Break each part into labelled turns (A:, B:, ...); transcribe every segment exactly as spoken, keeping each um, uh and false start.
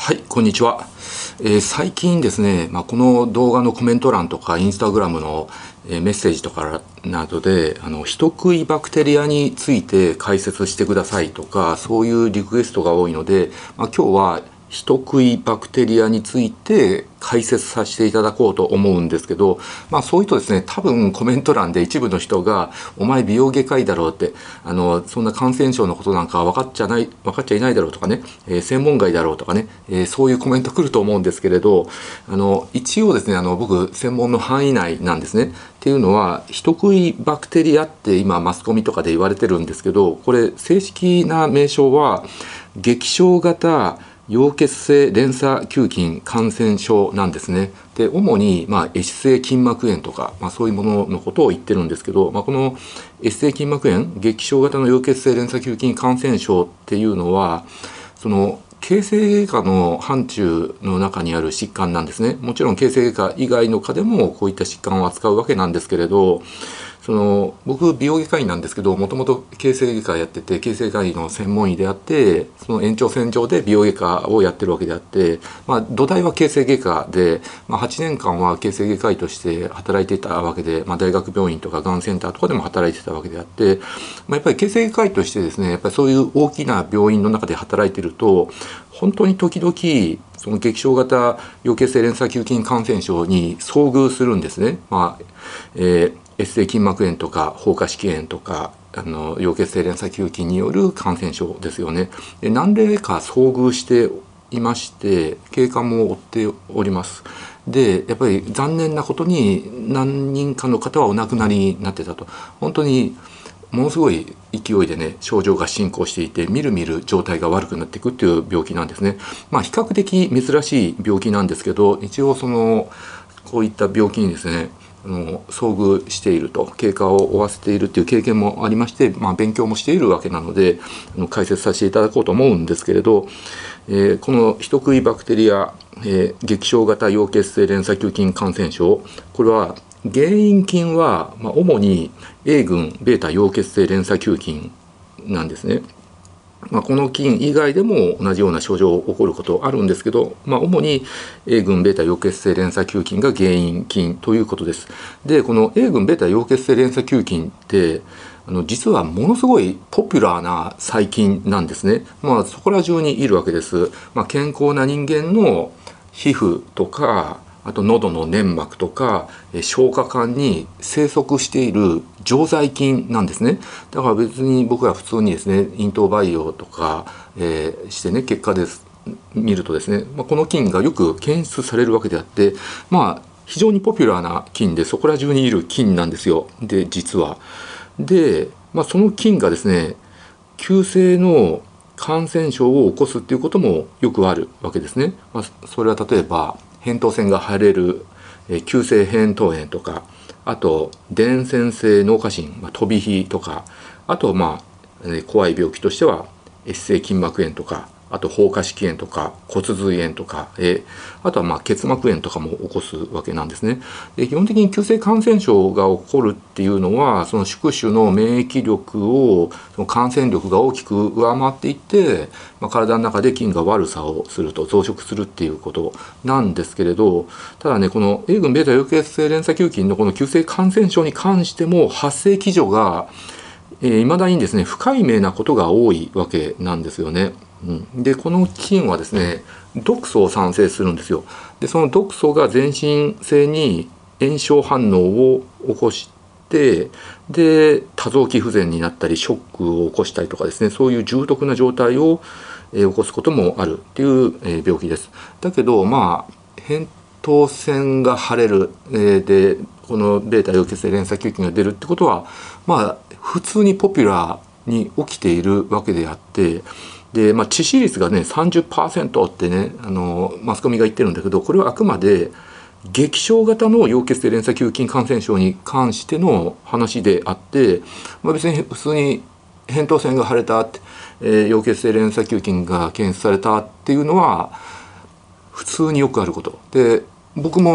A: はい、こんにちは。えー最近ですね、まあ、この動画のコメント欄とかインスタグラムの、えーメッセージとかなどであの人食いバクテリアについて解説してくださいとか、そういうリクエストが多いので、まあ、今日は人食いバクテリアについて解説させていただこうと思うんですけど、まあそういうとですね、多分コメント欄で一部の人が「お前美容外科医だろう」ってあのそんな感染症のことなんか分かっちゃない分かっちゃいないだろうとかね、えー専門外だろうとかね、えーそういうコメント来ると思うんですけれど、あの一応ですね、あの僕専門の範囲内なんですね。っていうのは、人食いバクテリアって今マスコミとかで言われてるんですけど、これ正式な名称は激症型溶血性連鎖球菌感染症なんですね。で、主に、まあ、壊死性筋膜炎とか、まあ、そういうもののことを言ってるんですけど、まあ、この壊死性筋膜炎、激症型の溶血性連鎖球菌感染症っていうのは、その形成外科の範疇の中にある疾患なんですね。もちろん形成外科以外の科でもこういった疾患を扱うわけなんですけれど、その僕美容外科医なんですけど、もともと形成外科やってて、形成外科の専門医であって、その延長線上で美容外科をやってるわけであって、まあ、土台は形成外科で、まあ、はちねんかんは形成外科医として働いていたわけで、まあ、大学病院とかがんセンターとかでも働いてたわけであって、まあ、やっぱり形成外科医としてですね、やっぱりそういう大きな病院の中で働いてると、本当に時々その激症型溶血性連鎖球菌感染症に遭遇するんですね。まあえー壊死性筋膜炎とか放火式炎とか、あの溶血性連鎖球菌による感染症ですよね。で、何例か遭遇していまして、経過も追っております。で、やっぱり残念なことに何人かの方はお亡くなりになってたと。本当にものすごい勢いでね、症状が進行していて、みるみる状態が悪くなっていくっていう病気なんですね。まあ比較的珍しい病気なんですけど、一応そのこういった病気にですね、あの遭遇していると、経過を負わせているっていう経験もありまして、まあ、勉強もしているわけなので、あの解説させていただこうと思うんですけれど、えーこの人食いバクテリア、えー激症型溶血性連鎖球菌感染症、これは原因菌は、まあ、主に A 群 β 溶血性連鎖球菌なんですね。まあ、この菌以外でも同じような症状が起こることあるんですけど、まあ、主に A 群 β 溶血性連鎖球菌が原因菌ということです。で、この A 群 β 溶血性連鎖球菌ってあの実はものすごいポピュラーな細菌なんですね。まあ、そこら中にいるわけです。まあ、健康な人間の皮膚とか、あと喉の粘膜とかえ消化管に生息している常在菌なんですね。だから別に僕ら普通にですね、咽頭培養とか、えーしてね、結果です見るとですね、まあ、この菌がよく検出されるわけであって、まあ非常にポピュラーな菌で、そこら中にいる菌なんですよ。で、実はで、まあ、その菌がですね、急性の感染症を起こすっていうこともよくあるわけですね。まあ、それは例えば扁桃腺が腫れる、えー急性扁桃炎とか、あと伝染性脳下疹、まあ、飛び火とか、あとまあ、えー怖い病気としては壊死性筋膜炎とか、あと放火式炎とか骨髄炎とか、えーあとはまあ結膜炎とかも起こすわけなんですね。で、基本的に急性感染症が起こるっていうのは、その宿主の免疫力を、その感染力が大きく上回っていって、まあ、体の中で菌が悪さをすると、増殖するっていうことなんですけれど、ただね、この A 群 β 溶血性連鎖球菌のこの急性感染症に関しても発生基準がいま、えー、未だにですね、不解明なことが多いわけなんですよね。うん、で、この菌はですね、毒素を産生するんですよ。で、その毒素が全身性に炎症反応を起こして、で、多臓器不全になったりショックを起こしたりとかですね、そういう重篤な状態を、えー起こすこともあるっていう、えー病気です。だけど、まあ扁桃腺が腫れる、えーでこの β 溶血性連鎖球菌が出るってことは、まあ普通にポピュラーに起きているわけであって、で、まあ、致死率がね さんじゅっパーセント ってね、あのマスコミが言ってるんだけど、これはあくまで激症型の溶血性連鎖球菌感染症に関しての話であって、まあ、別に普通に扁桃腺が腫れたって、えー、溶血性連鎖球菌が検出されたっていうのは普通によくあることで、僕も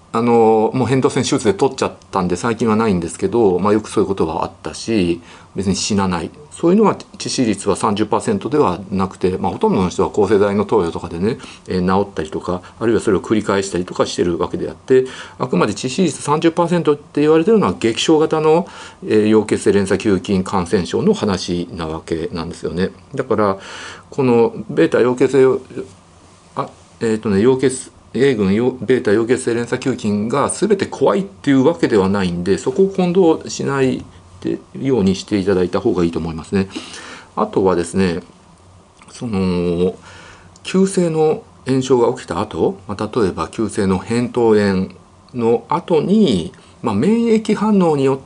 A: あのもう扁桃腺手術で取っちゃったんで最近はないんですけど、まあ、よくそういうことはあったし、別に死なない、そういうのは致死率は さんじゅっパーセント ではなくて、まあ、ほとんどの人は抗生剤の投与とかでね、えー、治ったりとか、あるいはそれを繰り返したりとかしてるわけであって、あくまで致死率 さんじゅっパーセント って言われてるのは激症型の、えー、溶血性連鎖球菌感染症の話なわけなんですよね。だからこのベータ溶血性あえっ、ー、とね溶血A 群ベータ溶血性連鎖球菌が全て怖いっていうわけではないんで、そこを混同しないようにしていただいた方がいいと思いますね。あとはですね、その急性の炎症が起きた後、まあ、例えば急性の扁桃炎の後に、まあ、免疫反応によって、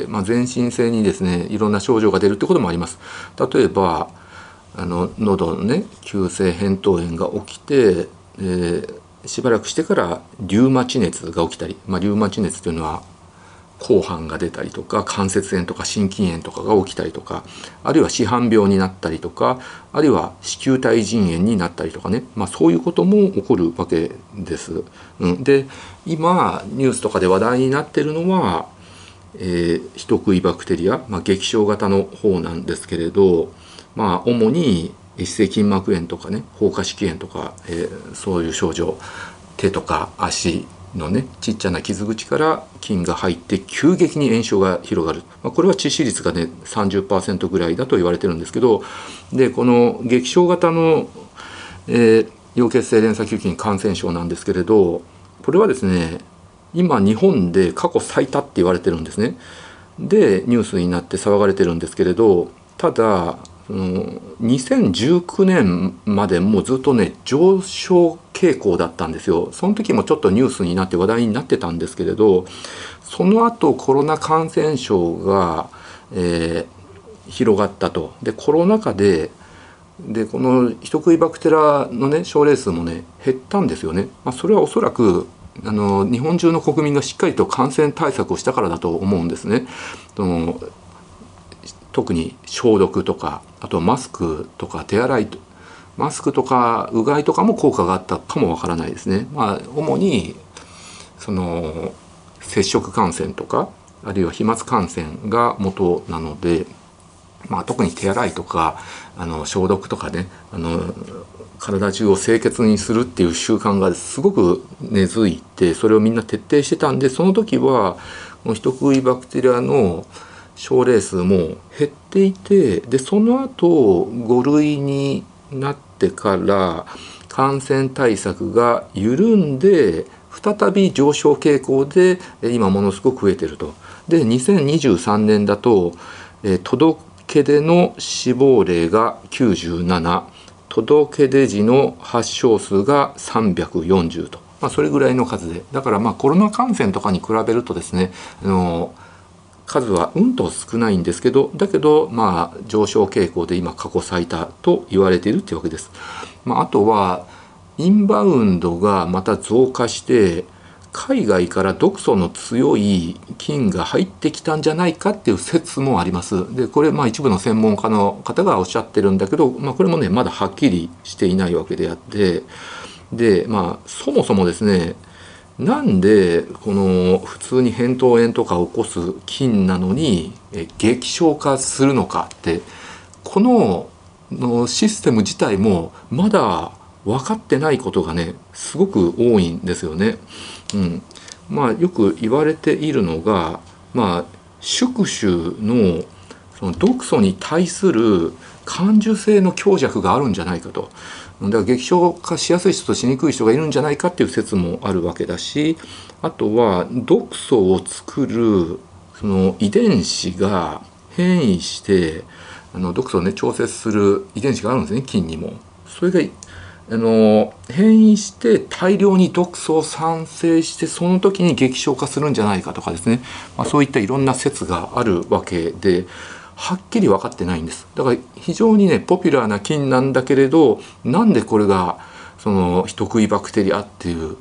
A: まあ、全身性にですねいろんな症状が出るってこともあります。例えばあの喉のね急性扁桃炎が起きて、えーしばらくしてからリウマチ熱が起きたり、まあ、リウマチ熱というのは紅斑が出たりとか関節炎とか心筋炎とかが起きたりとか、あるいは紫斑病になったりとか、あるいは子宮体腎炎になったりとかね、まあ、そういうことも起こるわけです。うん、で今ニュースとかで話題になっているのは、えー、人食いバクテリア、まあ、激症型の方なんですけれど、まあ、主に壊性筋膜炎とかね放火式炎とか、えー、そういう症状、手とか足のねちっちゃな傷口から菌が入って急激に炎症が広がる、まあ、これは致死率がね さんじゅっパーセント ぐらいだと言われてるんですけど、でこの激症型の、えー、溶血性連鎖球菌感染症なんですけれど、これはですね今日本で過去最多って言われてるんですね。でニュースになって騒がれてるんですけれど、ただにせんじゅうきゅうねんまでもうずっとね上昇傾向だったんですよ。その時もちょっとニュースになって話題になってたんですけれど、その後コロナ感染症が、えー、広がったと。でコロナ禍ででこの人食いバクテラのね症例数もね減ったんですよね。まあ、それはおそらくあの日本中の国民がしっかりと感染対策をしたからだと思うんですね。その特に消毒とか、あとマスクとか手洗い、マスクとかうがいとかも効果があったかもわからないですね。まあ主にその接触感染とか、あるいは飛沫感染が元なので、まあ、特に手洗いとかあの消毒とかね、あの体中を清潔にするっていう習慣がすごく根付いて、それをみんな徹底してたんで、その時はこの人食いバクテリアの症例数も減っていて、でその後ご類になってから感染対策が緩んで再び上昇傾向で今ものすごく増えてると。でにせんにじゅうさんねんだと、えー、届け出の死亡例がきゅうじゅうなな、届け出時の発症数がさんびゃくよんじゅうと、まあ、それぐらいの数で、だからまあコロナ感染とかに比べるとですね、あの数はうんと少ないんですけど、だけどまあ上昇傾向で今過去最多と言われているというわけです。まあ、あとはインバウンドがまた増加して海外から毒素の強い菌が入ってきたんじゃないかっていう説もあります。でこれまあ一部の専門家の方がおっしゃってるんだけど、まあ、これもねまだはっきりしていないわけであって、でまあそもそもですね、なんでこの普通に扁桃炎とかを起こす菌なのに激症化するのかって、こののシステム自体もまだ分かってないことがねすごく多いんですよね。うん、まあよく言われているのが、まあ宿主のその毒素に対する感受性の強弱があるんじゃないかと。だから激症化しやすい人としにくい人がいるんじゃないかっていう説もあるわけだし、あとは毒素を作るその遺伝子が変異してあの毒素をね調節する遺伝子があるんですね、菌にも。それがあの変異して大量に毒素を産生して、その時に激症化するんじゃないかとかですね、まあ、そういったいろんな説があるわけで、はっきり分かってないんです。だから非常にねポピュラーな菌なんだけれど、なんでこれがその人食いバクテリアっていう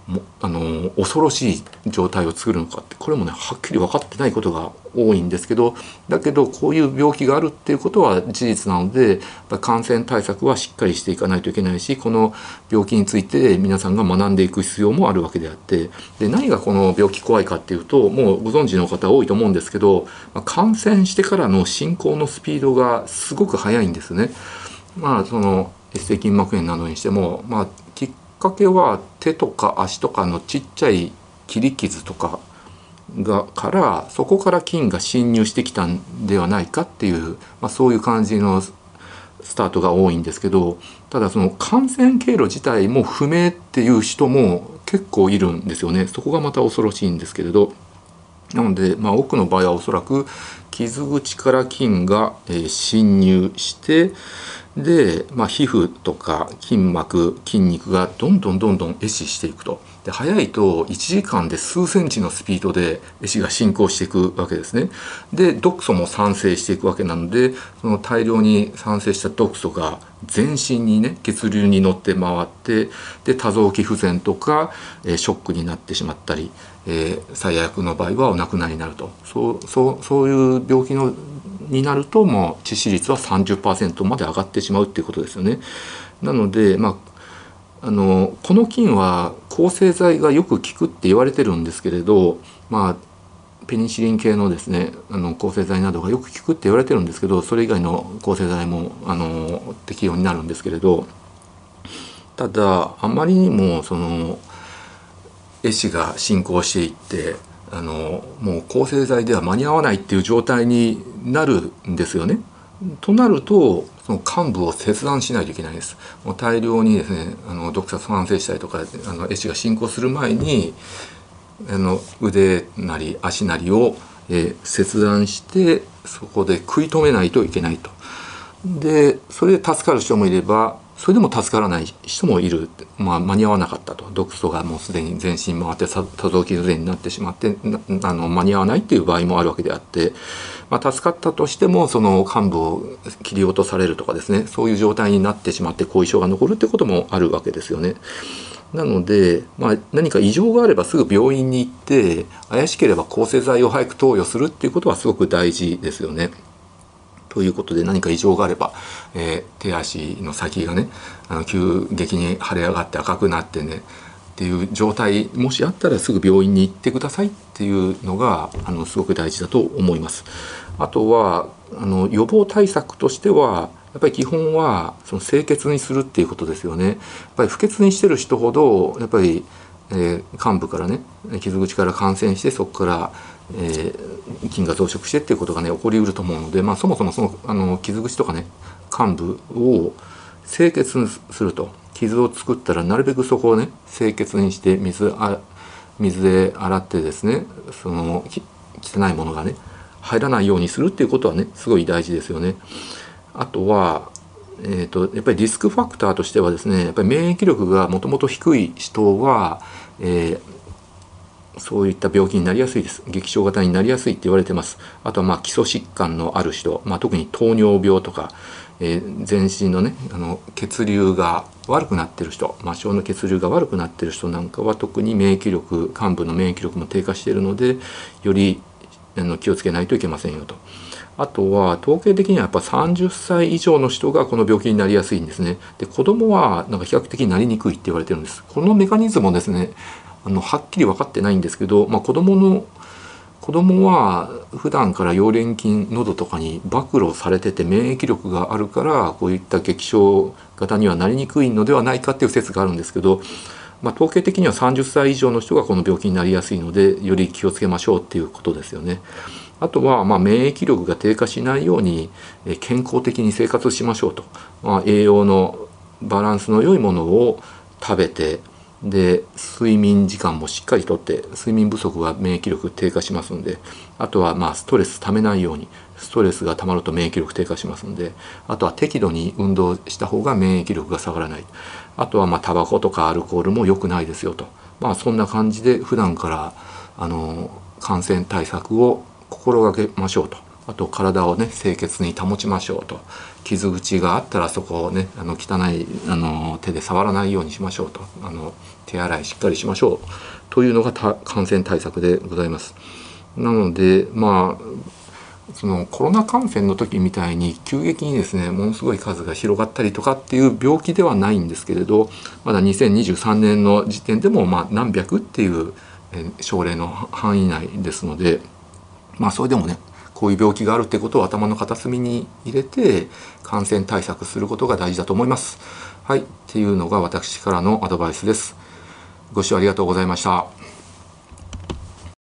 A: もあの恐ろしい状態を作るのかって、これもねはっきり分かってないことが多いんですけど、だけどこういう病気があるっていうことは事実なので、やっぱ感染対策はしっかりしていかないといけないし、この病気について皆さんが学んでいく必要もあるわけであって、で何がこの病気怖いかっていうと、もうご存知の方多いと思うんですけど、感染してからの進行のスピードがすごく速いんですね。まあそのエステ筋膜炎などにしても、まあきっかけは手とか足とかのちっちゃい切り傷とかがからそこから菌が侵入してきたんではないかっていう、まあ、そういう感じのスタートが多いんですけど、ただその感染経路自体も不明っていう人も結構いるんですよね。そこがまた恐ろしいんですけれど、なので、まあ、多くの場合はおそらく傷口から菌が、えー、侵入してで、まあ、皮膚とか筋膜筋肉がどんどんどんどん壊死していくと。で早いといちじかんで数センチのスピードで壊死が進行していくわけですね。で毒素も産生していくわけなので、その大量に産生した毒素が全身にね血流に乗って回って、で多臓器不全とか、えー、ショックになってしまったり、えー、最悪の場合はお亡くなりになると、そうそうそういう病気のになると、もう致死率は さんじゅっパーセント まで上がってしまうっていうことですよね。なので、まあ、あのこの菌は抗生剤がよく効くって言われてるんですけれど、まあ、ペニシリン系のですねあの抗生剤などがよく効くって言われてるんですけど、それ以外の抗生剤もあの適用になるんですけれど、ただあまりにもその壊死が進行していってあのもう抗生剤では間に合わないっていう状態になるんですよね。となるとその患部を切断しないといけないです。もう大量にですねあの毒素産生したりとか、あの壊死が進行する前にあの腕なり足なりを、えー、切断してそこで食い止めないといけないと。でそれで助かる人もいれば、それでも助からない人もいる、まあ、間に合わなかったと、毒素がもうすでに全身回って多臓器不全になってしまってあの間に合わないっていう場合もあるわけであって、まあ、助かったとしてもその患部を切り落とされるとかですね、そういう状態になってしまって後遺症が残るってこともあるわけですよね。なので、まあ、何か異常があればすぐ病院に行って、怪しければ抗生剤を早く投与するっていうことはすごく大事ですよね。ということで、何か異常があれば、えー、手足の先がねあの急激に腫れ上がって赤くなってねっていう状態もしあったらすぐ病院に行ってくださいっていうのがあのすごく大事だと思います。あとはあの予防対策としてはやっぱり基本はその清潔にするっていうことですよね。やっぱり不潔にしてる人ほどやっぱり、えー、患部からね傷口から感染してそこからえー、菌が増殖してっていうことがね起こりうると思うので、まあ、そもそもそのあの傷口とかね患部を清潔にすると、傷を作ったらなるべくそこをね清潔にして水あ水で洗ってですね、その汚いものがね入らないようにするっていうことはねすごい大事ですよね。あとはえーと、やっぱりリスクファクターとしてはですね、やっぱり免疫力がもともと低い人は、えーそういった病気になりやすいです。激症型になりやすいって言われてます。あとはまあ基礎疾患のある人、まあ、特に糖尿病とか、えー、全身のねあの血流が悪くなってる人、末梢の血流が悪くなってる人なんかは特に免疫力患部の免疫力も低下しているので、よりあの気をつけないといけませんよと。あとは統計的にはやっぱさんじゅっさい以上の人がこの病気になりやすいんですね。で子供はなんか比較的なりにくいって言われてるんです。このメカニズムもですねあのはっきり分かってないんですけど、まあ、子供の子供は普段から溶連菌喉とかに暴露されてて免疫力があるからこういった激症型にはなりにくいのではないかっていう説があるんですけど、まあ、統計的にはさんじゅっさい以上の人がこの病気になりやすいのでより気をつけましょうっていうことですよね。あとはまあ免疫力が低下しないように健康的に生活しましょうと、まあ、栄養のバランスの良いものを食べて、で睡眠時間もしっかりとって、睡眠不足は免疫力低下しますので、あとはまあストレスためないように、ストレスがたまると免疫力低下しますので、あとは適度に運動した方が免疫力が下がらない、あとはまあタバコとかアルコールも良くないですよと、まあそんな感じで普段からあの感染対策を心がけましょうと。 あと体をね清潔に保ちましょうと、傷口があったらそこをねあの汚いあの手で触らないようにしましょうと、あの手洗いしっかりしましょうというのが感染対策でございます。なのでまあそのコロナ感染の時みたいに急激にですねものすごい数が広がったりとかっていう病気ではないんですけれど、まだにせんにじゅうさんねんの時点でもまあ何百っていう症例の範囲内ですので、まあそれでもねこういう病気があるってことを頭の片隅に入れて感染対策することが大事だと思います。はい、っていうのが私からのアドバイスです。ご視聴ありがとうございました。